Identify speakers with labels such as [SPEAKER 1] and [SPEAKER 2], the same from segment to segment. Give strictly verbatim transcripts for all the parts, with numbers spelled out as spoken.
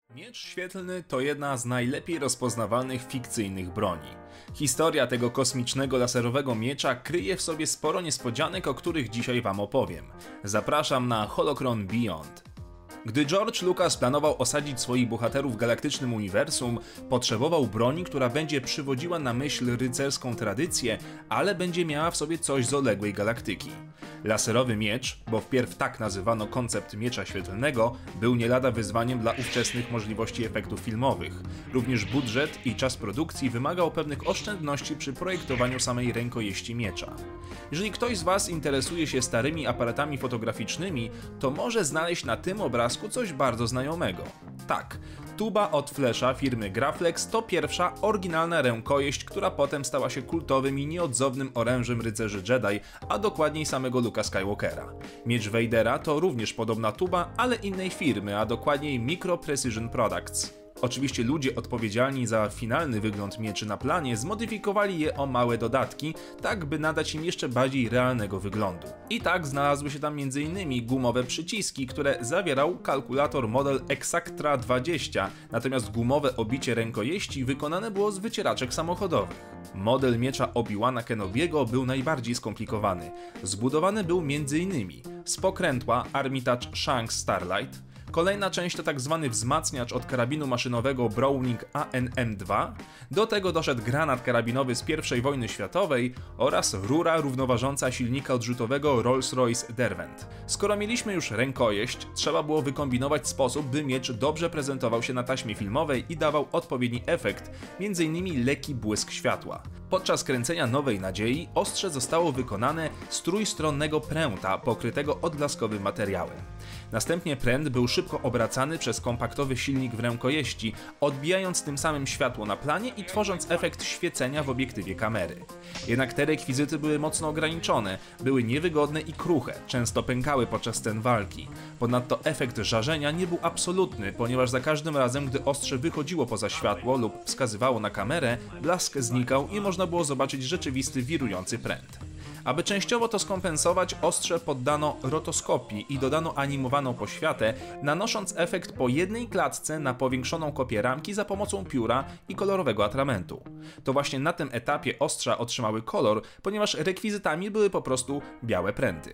[SPEAKER 1] Miecz świetlny to jedna z najlepiej rozpoznawalnych fikcyjnych broni. Historia tego kosmicznego laserowego miecza kryje w sobie sporo niespodzianek, o których dzisiaj wam opowiem. Zapraszam na Holocron Beyond. Gdy George Lucas planował osadzić swoich bohaterów w galaktycznym uniwersum, potrzebował broni, która będzie przywodziła na myśl rycerską tradycję, ale będzie miała w sobie coś z odległej galaktyki. Laserowy miecz, bo wpierw tak nazywano koncept miecza świetlnego, był nie lada wyzwaniem dla ówczesnych możliwości efektów filmowych. Również budżet i czas produkcji wymagał pewnych oszczędności przy projektowaniu samej rękojeści miecza. Jeżeli ktoś z was interesuje się starymi aparatami fotograficznymi, to może znaleźć na tym obrazku coś bardzo znajomego. Tak, tuba od Flasha firmy Graflex to pierwsza oryginalna rękojeść, która potem stała się kultowym i nieodzownym orężem rycerzy Jedi, a dokładniej samego Luke'a Skywalkera. Miecz Vadera to również podobna tuba, ale innej firmy, a dokładniej Micro Precision Products. Oczywiście ludzie odpowiedzialni za finalny wygląd mieczy na planie zmodyfikowali je o małe dodatki, tak by nadać im jeszcze bardziej realnego wyglądu. I tak znalazły się tam między innymi gumowe przyciski, które zawierał kalkulator model Exactra dwadzieścia, natomiast gumowe obicie rękojeści wykonane było z wycieraczek samochodowych. Model miecza Obi-Wana Kenobiego był najbardziej skomplikowany. Zbudowany był między innymi z pokrętła Armitage Shanks Starlight. Kolejna część to tak zwany wzmacniacz od karabinu maszynowego Browning A N M dwa, do tego doszedł granat karabinowy z pierwszej wojny światowej oraz rura równoważąca silnika odrzutowego Rolls-Royce Derwent. Skoro mieliśmy już rękojeść, trzeba było wykombinować sposób, by miecz dobrze prezentował się na taśmie filmowej i dawał odpowiedni efekt, między innymi lekki błysk światła. Podczas kręcenia Nowej Nadziei ostrze zostało wykonane z trójstronnego pręta pokrytego odblaskowym materiałem. Następnie pręt był szybko obracany przez kompaktowy silnik w rękojeści, odbijając tym samym światło na planie i tworząc efekt świecenia w obiektywie kamery. Jednak te rekwizyty były mocno ograniczone, były niewygodne i kruche, często pękały podczas scen walki. Ponadto efekt żarzenia nie był absolutny, ponieważ za każdym razem, gdy ostrze wychodziło poza światło lub wskazywało na kamerę, blask znikał i można było zobaczyć rzeczywisty wirujący pręt. Aby częściowo to skompensować, ostrze poddano rotoskopii i dodano animowaną poświatę, nanosząc efekt po jednej klatce na powiększoną kopię ramki za pomocą pióra i kolorowego atramentu. To właśnie na tym etapie ostrza otrzymały kolor, ponieważ rekwizytami były po prostu białe pręty.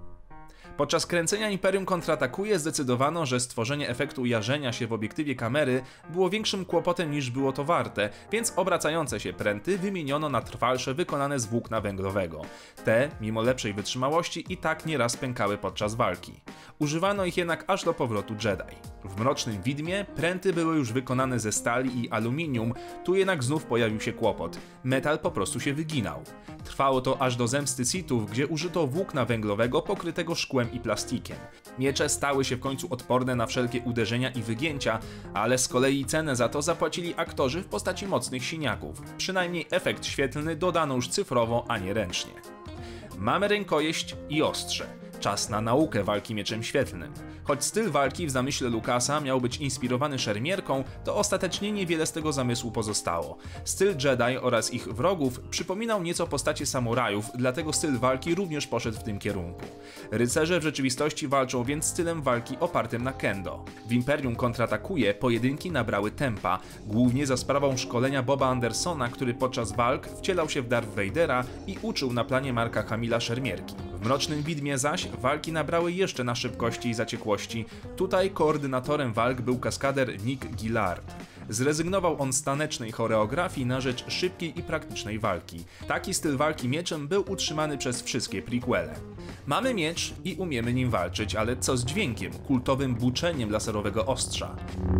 [SPEAKER 1] Podczas kręcenia Imperium kontratakuje zdecydowano, że stworzenie efektu jarzenia się w obiektywie kamery było większym kłopotem niż było to warte, więc obracające się pręty wymieniono na trwalsze wykonane z włókna węglowego. Te, mimo lepszej wytrzymałości, i tak nieraz pękały podczas walki. Używano ich jednak aż do powrotu Jedi. W Mrocznym Widmie pręty były już wykonane ze stali i aluminium, tu jednak znów pojawił się kłopot. Metal po prostu się wyginał. Trwało to aż do Zemsty Sithów, gdzie użyto włókna węglowego pokrytego szkłem i plastikiem. Miecze stały się w końcu odporne na wszelkie uderzenia i wygięcia, ale z kolei cenę za to zapłacili aktorzy w postaci mocnych siniaków. Przynajmniej efekt świetlny dodano już cyfrowo, a nie ręcznie. Mamy rękojeść i ostrze. Czas na naukę walki mieczem świetlnym. Choć styl walki w zamyśle Lucasa miał być inspirowany szermierką, to ostatecznie niewiele z tego zamysłu pozostało. Styl Jedi oraz ich wrogów przypominał nieco postacie samurajów, dlatego styl walki również poszedł w tym kierunku. Rycerze w rzeczywistości walczą więc stylem walki opartym na kendo. W Imperium kontratakuje pojedynki nabrały tempa, głównie za sprawą szkolenia Boba Andersona, który podczas walk wcielał się w Darth Vadera i uczył na planie Marka Hamilla szermierki. W Mrocznym Widmie zaś walki nabrały jeszcze na szybkości i zaciekłości. Tutaj koordynatorem walk był kaskader Nick Gillard. Zrezygnował on z tanecznej choreografii na rzecz szybkiej i praktycznej walki. Taki styl walki mieczem był utrzymany przez wszystkie prequele. Mamy miecz i umiemy nim walczyć, ale co z dźwiękiem, kultowym buczeniem laserowego ostrza?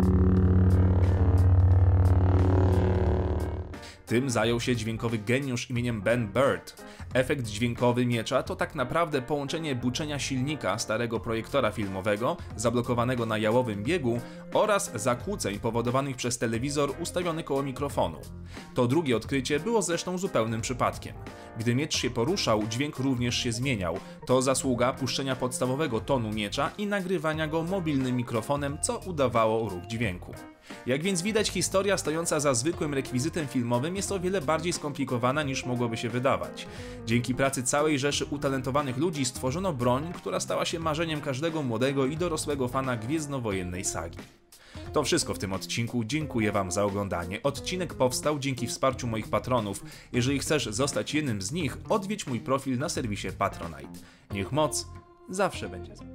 [SPEAKER 1] Tym zajął się dźwiękowy geniusz imieniem Ben Burtt. Efekt dźwiękowy miecza to tak naprawdę połączenie buczenia silnika starego projektora filmowego, zablokowanego na jałowym biegu, oraz zakłóceń powodowanych przez telewizor ustawiony koło mikrofonu. To drugie odkrycie było zresztą zupełnym przypadkiem. Gdy miecz się poruszał, dźwięk również się zmieniał. To zasługa puszczenia podstawowego tonu miecza i nagrywania go mobilnym mikrofonem, co udawało ruch dźwięku. Jak więc widać, historia stojąca za zwykłym rekwizytem filmowym jest o wiele bardziej skomplikowana niż mogłoby się wydawać. Dzięki pracy całej rzeszy utalentowanych ludzi stworzono broń, która stała się marzeniem każdego młodego i dorosłego fana gwiezdnowojennej sagi. To wszystko w tym odcinku, dziękuję Wam za oglądanie. Odcinek powstał dzięki wsparciu moich patronów. Jeżeli chcesz zostać jednym z nich, odwiedź mój profil na serwisie Patronite. Niech moc zawsze będzie z Wami.